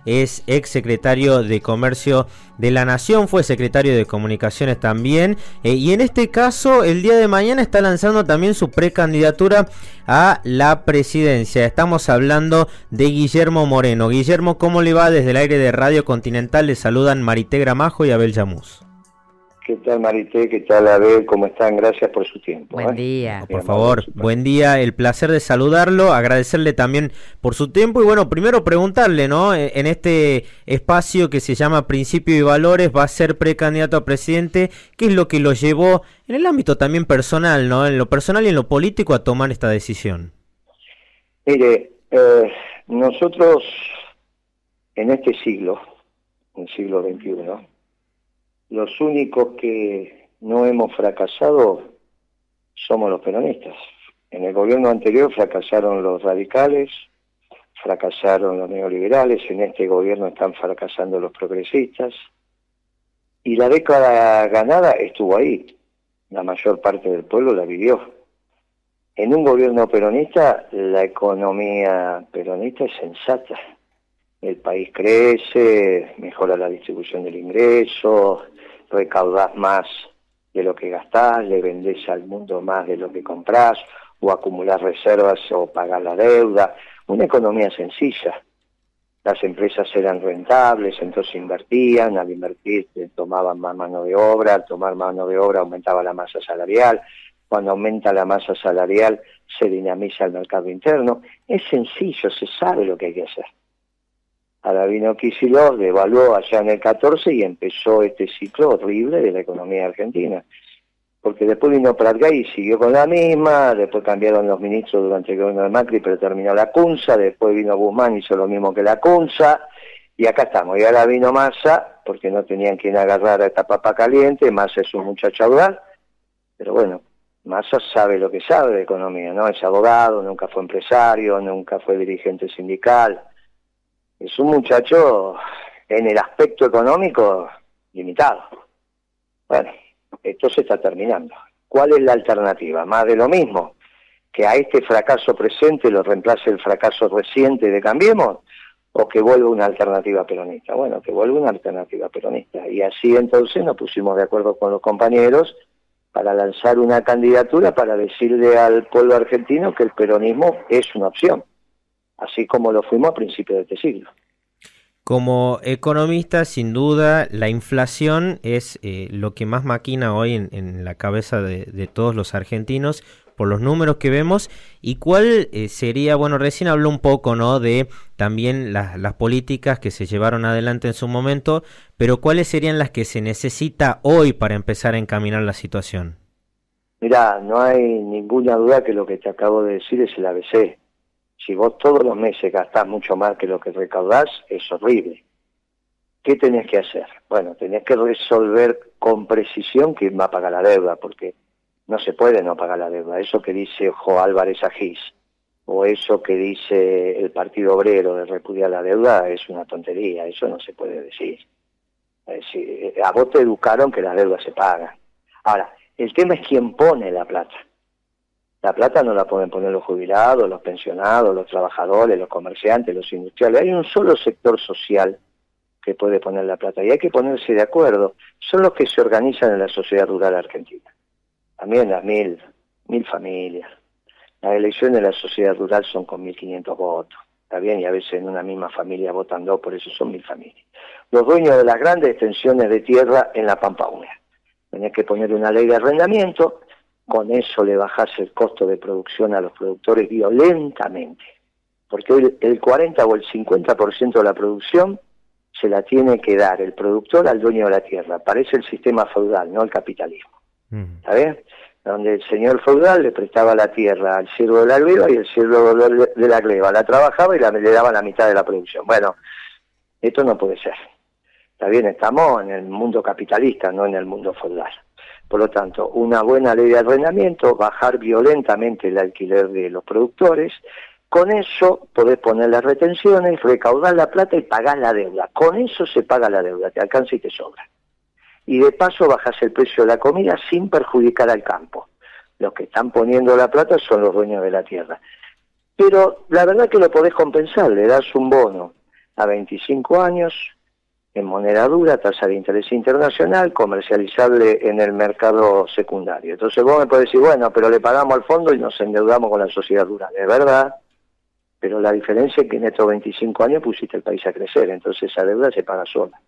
es ex secretario de Comercio de la Nación, fue secretario de Comunicaciones también, y en este caso el día de mañana está lanzando también su precandidatura a la presidencia. Estamos hablando de Guillermo Moreno. Guillermo, ¿cómo le va? Desde el aire de Radio Continental le saludan Marité Gramajo y Abel Yamuz. ¿Qué tal, Marité? ¿Qué tal, Abel? ¿Cómo están? Gracias por su tiempo. Buen día. Por favor, buen día. El placer de saludarlo, agradecerle también por su tiempo y bueno, primero preguntarle, ¿no? En este espacio que se llama Principio y Valores, va a ser precandidato a presidente. ¿Qué es lo que lo llevó en el ámbito también personal, ¿no? En lo personal y en lo político a tomar esta decisión. Mire, nosotros en este siglo, el siglo XXI, los únicos que no hemos fracasado somos los peronistas. En el gobierno anterior fracasaron los radicales, fracasaron los neoliberales, en este gobierno están fracasando los progresistas, y la década ganada estuvo ahí, la mayor parte del pueblo la vivió. En un gobierno peronista, la economía peronista es sensata. El país crece, mejora la distribución del ingreso, recaudás más de lo que gastás, le vendés al mundo más de lo que comprás, o acumulás reservas o pagás la deuda. Una economía sencilla. Las empresas eran rentables, entonces invertían, al invertir tomaban más mano de obra, al tomar mano de obra aumentaba la masa salarial, cuando aumenta la masa salarial se dinamiza el mercado interno. Es sencillo, se sabe lo que hay que hacer. Ahora vino Kicillof, devaluó allá en el 14 y empezó este ciclo horrible de la economía argentina. Porque después vino Pratgay y siguió con la misma, después cambiaron los ministros durante el gobierno de Macri, pero terminó la Cunza, después vino Guzmán y hizo lo mismo que la Cunza, y acá estamos. Y ahora vino Massa, porque no tenían quien agarrar a esta papa caliente. Massa es un muchacho audaz, pero bueno, Massa sabe lo que sabe de economía, ¿no? Es abogado, nunca fue empresario, nunca fue dirigente sindical. Es un muchacho en el aspecto económico limitado. Bueno, esto se está terminando. ¿Cuál es la alternativa? ¿Más de lo mismo? ¿Que a este fracaso presente lo reemplace el fracaso reciente de Cambiemos? ¿O que vuelva una alternativa peronista? Bueno, que vuelva una alternativa peronista. Y así entonces nos pusimos de acuerdo con los compañeros para lanzar una candidatura para decirle al pueblo argentino que el peronismo es una opción, así como lo fuimos a principios de este siglo. Como economista, sin duda, la inflación es lo que más maquina hoy en la cabeza de todos los argentinos, por los números que vemos. ¿Y cuál sería, bueno, recién habló un poco, ¿no?, de también las políticas que se llevaron adelante en su momento, pero cuáles serían las que se necesita hoy para empezar a encaminar la situación? Mirá, no hay ninguna duda que lo que te acabo de decir es el ABC. Si vos todos los meses gastás mucho más que lo que recaudás, es horrible. ¿Qué tenés que hacer? Bueno, tenés que resolver con precisión quién va a pagar la deuda, porque no se puede no pagar la deuda. Eso que dice Jo Álvarez Agis, o eso que dice el Partido Obrero de repudiar la deuda, es una tontería, eso no se puede decir. Es decir, a vos te educaron que las deudas se pagan. Ahora, el tema es quién pone la plata. La plata no la pueden poner los jubilados, los pensionados, los trabajadores, los comerciantes, los industriales. Hay un solo sector social que puede poner la plata y hay que ponerse de acuerdo. Son los que se organizan en la sociedad rural argentina. También las mil familias. Las elecciones de la sociedad rural son con 1.500 votos. Está bien, y a veces en una misma familia votan dos, por eso son 1.000 familias. Los dueños de las grandes extensiones de tierra en la Pampa Húmeda. Tenés que poner una ley de arrendamiento. Con eso le bajás el costo de producción a los productores violentamente, porque hoy el 40 o el 50% de la producción se la tiene que dar el productor al dueño de la tierra. Parece el sistema feudal, no el capitalismo. ¿Está bien? Donde el señor feudal le prestaba la tierra al siervo de la gleba y el siervo de la gleba la trabajaba y le daba la mitad de la producción. Bueno, esto no puede ser. Está bien, estamos en el mundo capitalista, no en el mundo feudal. Por lo tanto, una buena ley de arrendamiento, bajar violentamente el alquiler de los productores, con eso podés poner las retenciones, recaudar la plata y pagar la deuda. Con eso se paga la deuda, te alcanza y te sobra. Y de paso bajás el precio de la comida sin perjudicar al campo. Los que están poniendo la plata son los dueños de la tierra. Pero la verdad que lo podés compensar, le das un bono a 25 años, en moneda dura, tasa de interés internacional, comercializable en el mercado secundario. Entonces vos me podés decir, bueno, pero le pagamos al fondo y nos endeudamos con la sociedad rural. Es verdad, pero la diferencia es que en estos 25 años pusiste el país a crecer, entonces esa deuda se paga sola.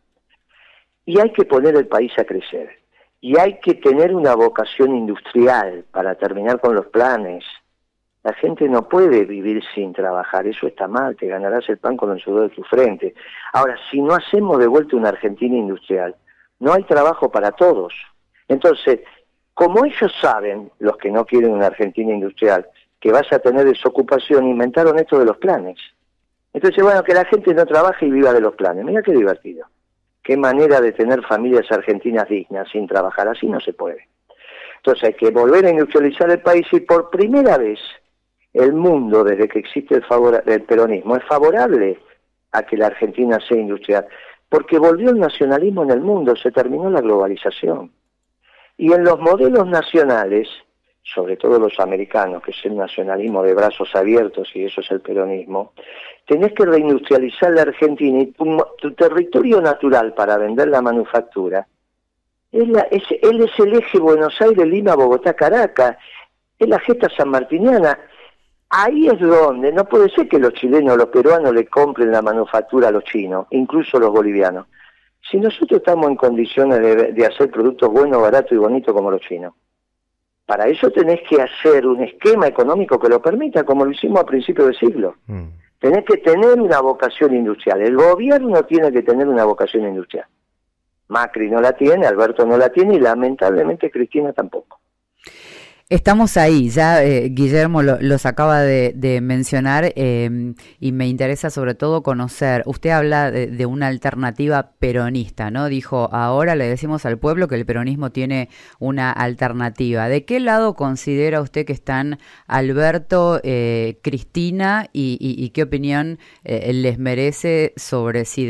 Y hay que poner el país a crecer. Y hay que tener una vocación industrial para terminar con los planes. La gente no puede vivir sin trabajar, eso está mal, te ganarás el pan con el sudor de tu frente. Ahora, si no hacemos de vuelta una Argentina industrial, no hay trabajo para todos. Entonces, como ellos saben, los que no quieren una Argentina industrial, que vas a tener desocupación, inventaron esto de los planes. Entonces, bueno, que la gente no trabaje y viva de los planes. Mira qué divertido. Qué manera de tener familias argentinas dignas sin trabajar, así no se puede. Entonces hay que volver a industrializar el país y por primera vez el mundo, desde que existe el peronismo, es favorable a que la Argentina sea industrial, porque volvió el nacionalismo en el mundo, se terminó la globalización. Y en los modelos nacionales, sobre todo los americanos, que es el nacionalismo de brazos abiertos, y eso es el peronismo, tenés que reindustrializar la Argentina, y tu territorio natural para vender la manufactura, él es el eje Buenos Aires, Lima, Bogotá, Caracas, es la gesta sanmartiniana. Ahí es donde, no puede ser que los chilenos o los peruanos le compren la manufactura a los chinos, incluso los bolivianos. Si nosotros estamos en condiciones de hacer productos buenos, baratos y bonitos como los chinos, para eso tenés que hacer un esquema económico que lo permita, como lo hicimos a principios del siglo. Tenés que tener una vocación industrial. El gobierno tiene que tener una vocación industrial. Macri no la tiene, Alberto no la tiene y lamentablemente Cristina tampoco. Estamos ahí, ya Guillermo los acaba de mencionar y me interesa sobre todo conocer, usted habla de una alternativa peronista, ¿no? Dijo, ahora le decimos al pueblo que el peronismo tiene una alternativa. ¿De qué lado considera usted que están Alberto, Cristina y qué opinión les merece sobre si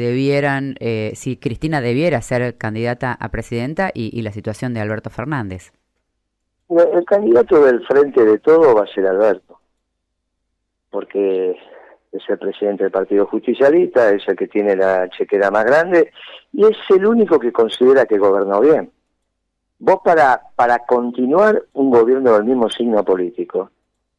si Cristina debiera ser candidata a presidenta y la situación de Alberto Fernández? El candidato del Frente de Todo va a ser Alberto, porque es el presidente del Partido Justicialista, es el que tiene la chequera más grande y es el único que considera que gobernó bien. Vos para continuar un gobierno del mismo signo político,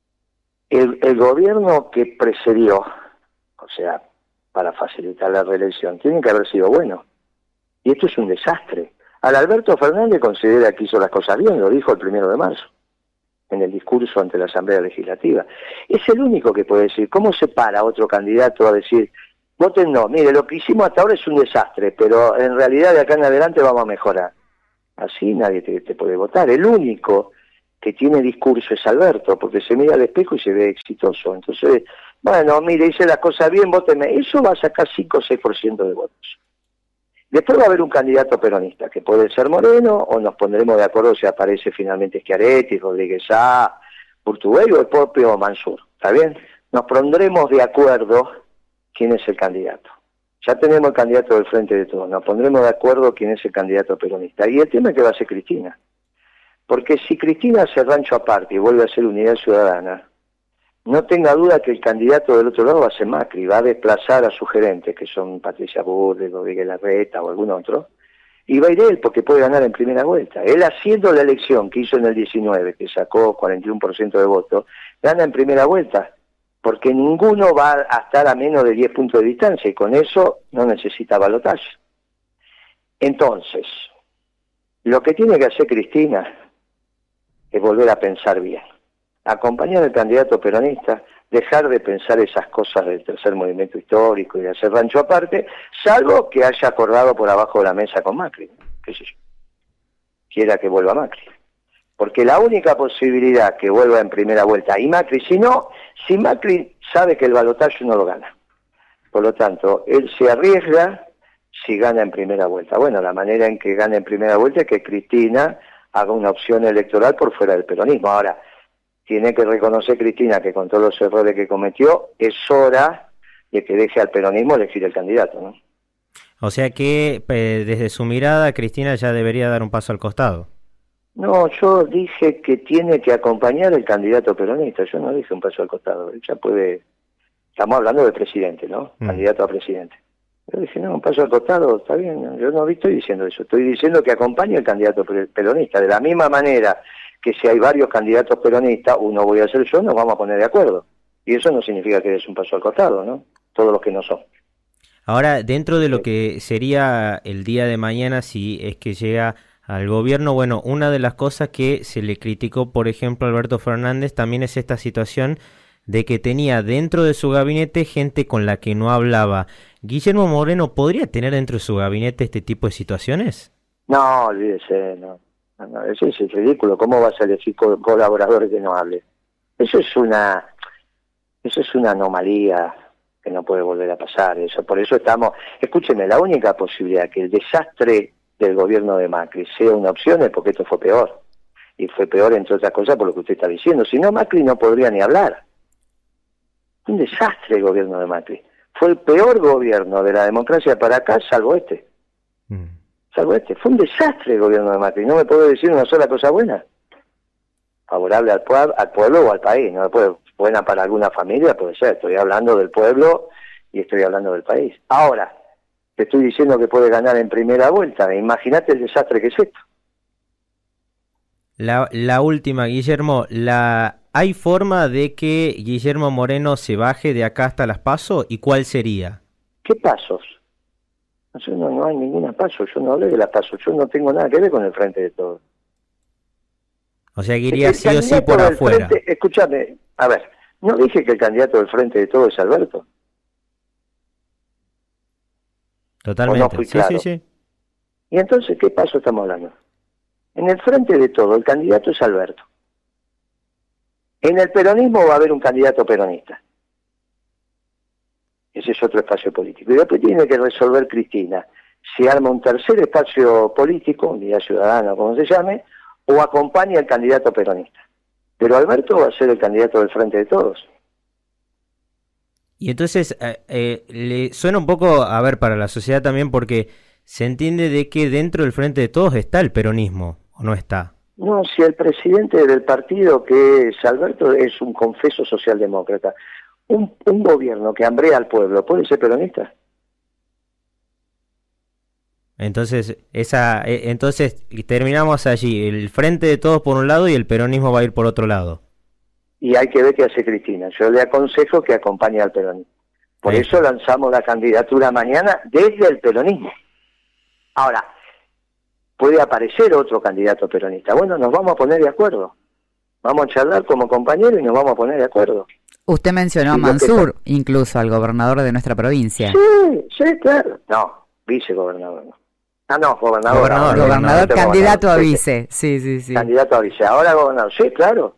el gobierno que precedió, o sea, para facilitar la reelección, tiene que haber sido bueno. Y esto es un desastre. Al Alberto Fernández considera que hizo las cosas bien, lo dijo el 1 de marzo, en el discurso ante la Asamblea Legislativa. Es el único que puede decir, ¿cómo se para otro candidato a decir, voten no, mire, lo que hicimos hasta ahora es un desastre, pero en realidad de acá en adelante vamos a mejorar? Así nadie te puede votar. El único que tiene discurso es Alberto, porque se mira al espejo y se ve exitoso. Entonces, bueno, mire, hice las cosas bien, vótenme. Eso va a sacar 5 o 6% de votos. Después va a haber un candidato peronista, que puede ser Moreno, o nos pondremos de acuerdo si aparece finalmente Schiaretti, Rodríguez A, Urtubey o el propio Mansur. ¿Está bien? Nos pondremos de acuerdo quién es el candidato. Ya tenemos el candidato del Frente de Todos, nos pondremos de acuerdo quién es el candidato peronista. Y el tema es que va a ser Cristina. Porque si Cristina hace rancho aparte y vuelve a ser Unidad Ciudadana, no tenga duda que el candidato del otro lado va a ser Macri, va a desplazar a sus gerentes, que son Patricia Bullrich, Rodríguez Larreta o algún otro, y va a ir él porque puede ganar en primera vuelta. Él haciendo la elección que hizo en el 19, que sacó 41% de votos, gana en primera vuelta, porque ninguno va a estar a menos de 10 puntos de distancia, y con eso no necesita balotaje. Entonces, lo que tiene que hacer Cristina es volver a pensar bien. Acompañar al candidato peronista, dejar de pensar esas cosas del tercer movimiento histórico y de hacer rancho aparte, salvo que haya acordado por abajo de la mesa con Macri, qué sé yo, quiera que vuelva Macri. Porque la única posibilidad que vuelva en primera vuelta, y Macri, si Macri sabe que el balotaje no lo gana, por lo tanto, él se arriesga si gana en primera vuelta. Bueno, la manera en que gana en primera vuelta es que Cristina haga una opción electoral por fuera del peronismo. Ahora, tiene que reconocer Cristina que con todos los errores que cometió, es hora de que deje al peronismo elegir el candidato, ¿no? O sea que desde su mirada, Cristina ya debería dar un paso al costado. No, yo dije que tiene que acompañar el candidato peronista, yo no dije un paso al costado, ya puede, estamos hablando de presidente, ¿no? Candidato a presidente. Yo dije, no, un paso al costado, está bien, yo no estoy diciendo eso, estoy diciendo que acompañe al candidato peronista. De la misma manera que si hay varios candidatos peronistas, uno voy a ser yo, nos vamos a poner de acuerdo. Y eso no significa que es un paso al costado, ¿no? Todos los que no son. Ahora, dentro de lo que sería el día de mañana, si es que llega al gobierno, bueno, una de las cosas que se le criticó, por ejemplo, a Alberto Fernández, también es esta situación de que tenía dentro de su gabinete gente con la que no hablaba. ¿Guillermo Moreno podría tener dentro de su gabinete este tipo de situaciones? No, olvídese, no, eso es ridículo. ¿Cómo vas a elegir colaboradores que no hable? Eso es una anomalía que no puede volver a pasar. Eso, por eso estamos, escúcheme, la única posibilidad que el desastre del gobierno de Macri sea una opción es porque esto fue peor. Y fue peor, entre otras cosas, por lo que usted está diciendo. Si no, Macri no podría ni hablar. Un desastre el gobierno de Macri. Fue el peor gobierno de la democracia para acá, salvo este. Salvo este. Fue un desastre el gobierno de Macri. No me puedo decir una sola cosa buena. Favorable al pueblo o al país. No me puede, buena para alguna familia, puede ser. Estoy hablando del pueblo y estoy hablando del país. Ahora, te estoy diciendo que puede ganar en primera vuelta. Imagínate el desastre que es esto. La última, Guillermo, ¿hay forma de que Guillermo Moreno se baje de acá hasta las PASO? ¿Y cuál sería? ¿Qué pasos? No hay ninguna paso. Yo no hablé de las pasos. Yo no tengo nada que ver con el Frente de Todos. O sea, que iría sí o sí por afuera. Escúchame, a ver, ¿no dije que el candidato del Frente de Todos es Alberto? Totalmente, ¿O no fui claro? Sí. ¿Y entonces qué paso estamos hablando? En el Frente de Todo, el candidato es Alberto. En el peronismo va a haber un candidato peronista. Ese es otro espacio político. Y después tiene que resolver Cristina si arma un tercer espacio político, Unidad Ciudadana, como se llame, o acompaña al candidato peronista. Pero Alberto va a ser el candidato del Frente de Todos. Y entonces, le suena un poco, a ver, para la sociedad también, porque se entiende de que dentro del Frente de Todos está el peronismo, ¿o no está? No, si el presidente del partido, que es Alberto, es un confeso socialdemócrata. Un gobierno que hambrea al pueblo, ¿puede ser peronista? Entonces, entonces terminamos allí, el Frente de Todos por un lado y el peronismo va a ir por otro lado. Y hay que ver qué hace Cristina. Yo le aconsejo que acompañe al peronismo. Por eso lanzamos la candidatura mañana desde el peronismo. Ahora, puede aparecer otro candidato peronista. Bueno, nos vamos a poner de acuerdo. Vamos a charlar como compañeros y nos vamos a poner de acuerdo. Usted mencionó a Mansur, incluso al gobernador de nuestra provincia. Sí, claro. No, vicegobernador. No, gobernador. Gobernador, candidato a vice. Sí. Candidato a vice. Ahora gobernador. Sí, claro.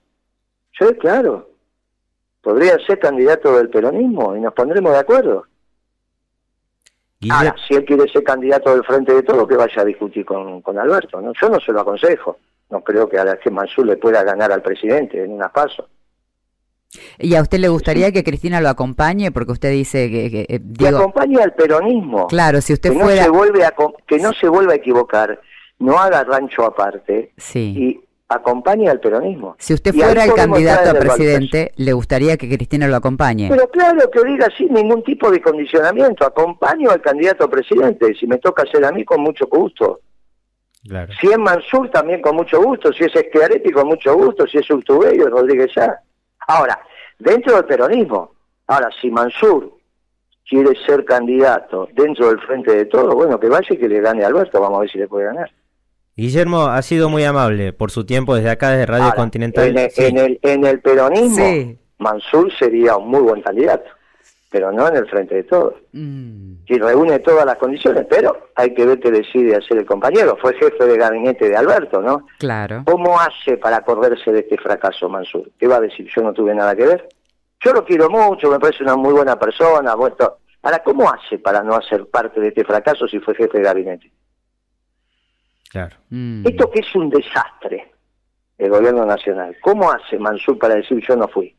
Podría ser candidato del peronismo y nos pondremos de acuerdo. Ahora, si él quiere ser candidato del Frente de Todo, que vaya a discutir con Alberto, ¿no? Yo no se lo aconsejo. No creo que Mansur le pueda ganar al presidente en unas pasos. ¿Y a usted le gustaría que Cristina lo acompañe? Porque usted dice que acompañe al peronismo. Claro, si usted que fuera... que no se vuelva a equivocar, no haga rancho aparte y acompañe al peronismo. Si usted fuera el candidato a presidente, ¿le gustaría que Cristina lo acompañe? Pero claro, que diga sin ningún tipo de condicionamiento. Acompaño al candidato a presidente. Si me toca hacer a mí, con mucho gusto. Claro. Si es Mansur, también con mucho gusto. Si es Schiaretti, con mucho gusto. Si es Urtubey o Rodríguez Sá. Ahora, dentro del peronismo. Ahora, si Mansur quiere ser candidato dentro del Frente de Todo, bueno, que vaya y que le gane a Alberto. Vamos a ver si le puede ganar. Guillermo, ha sido muy amable por su tiempo desde acá, desde Radio Continental. En el peronismo, Mansur sería un muy buen candidato, pero no en el Frente de Todos. Si reúne todas las condiciones, pero hay que ver qué decide hacer el compañero. Fue jefe de gabinete de Alberto, ¿no? Claro. ¿Cómo hace para acordarse de este fracaso, Mansur? ¿Qué va a decir? Yo no tuve nada que ver. Yo lo quiero mucho, me parece una muy buena persona. Ahora, ¿cómo hace para no hacer parte de este fracaso si fue jefe de gabinete? Claro. Esto que es un desastre, el gobierno nacional. ¿Cómo hace Mansur para decir yo no fui?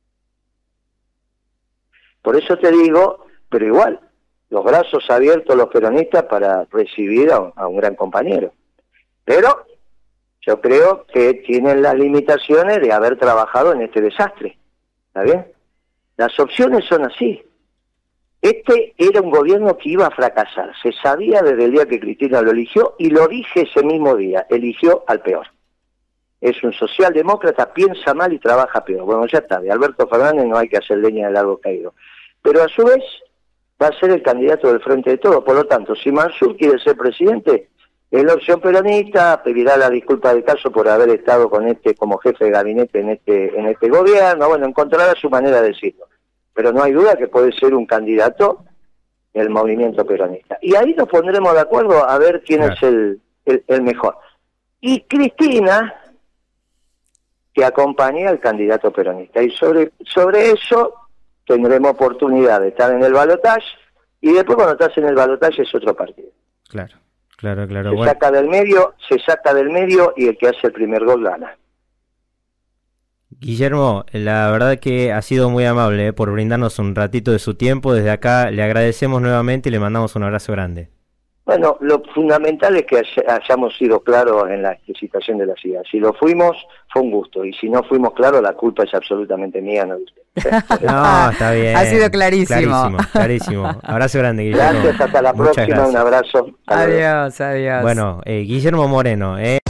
Por eso te digo, pero igual, los brazos abiertos los peronistas para recibir a un gran compañero. Pero yo creo que tienen las limitaciones de haber trabajado en este desastre. ¿Está bien? Las opciones son así. Este era un gobierno que iba a fracasar, se sabía desde el día que Cristina lo eligió, y lo dije ese mismo día, eligió al peor. Es un socialdemócrata, piensa mal y trabaja peor. Bueno, ya está, de Alberto Fernández no hay que hacer leña del árbol caído. Pero a su vez va a ser el candidato del Frente de Todos. Por lo tanto, si Mansur quiere ser presidente, es la opción peronista, pedirá la disculpa del caso por haber estado con como jefe de gabinete en este gobierno. Bueno, encontrará su manera de decirlo. Pero no hay duda que puede ser un candidato del movimiento peronista. Y ahí nos pondremos de acuerdo a ver quién es el mejor. Y Cristina, que acompañe al candidato peronista. Y sobre eso tendremos oportunidad de estar en el balotaje, y después cuando estás en el balotaje es otro partido. Claro. Se saca del medio y el que hace el primer gol gana. Guillermo, la verdad que ha sido muy amable por brindarnos un ratito de su tiempo. Desde acá le agradecemos nuevamente y le mandamos un abrazo grande. Bueno, lo fundamental es que hayamos sido claros en la explicitación de las ideas. Si lo fuimos, fue un gusto. Y si no fuimos claros, la culpa es absolutamente mía, no de usted. No, está bien. Ha sido clarísimo. Clarísimo. Abrazo grande, Guillermo. Gracias, hasta la próxima. Un abrazo. Adiós. Bueno, Guillermo Moreno,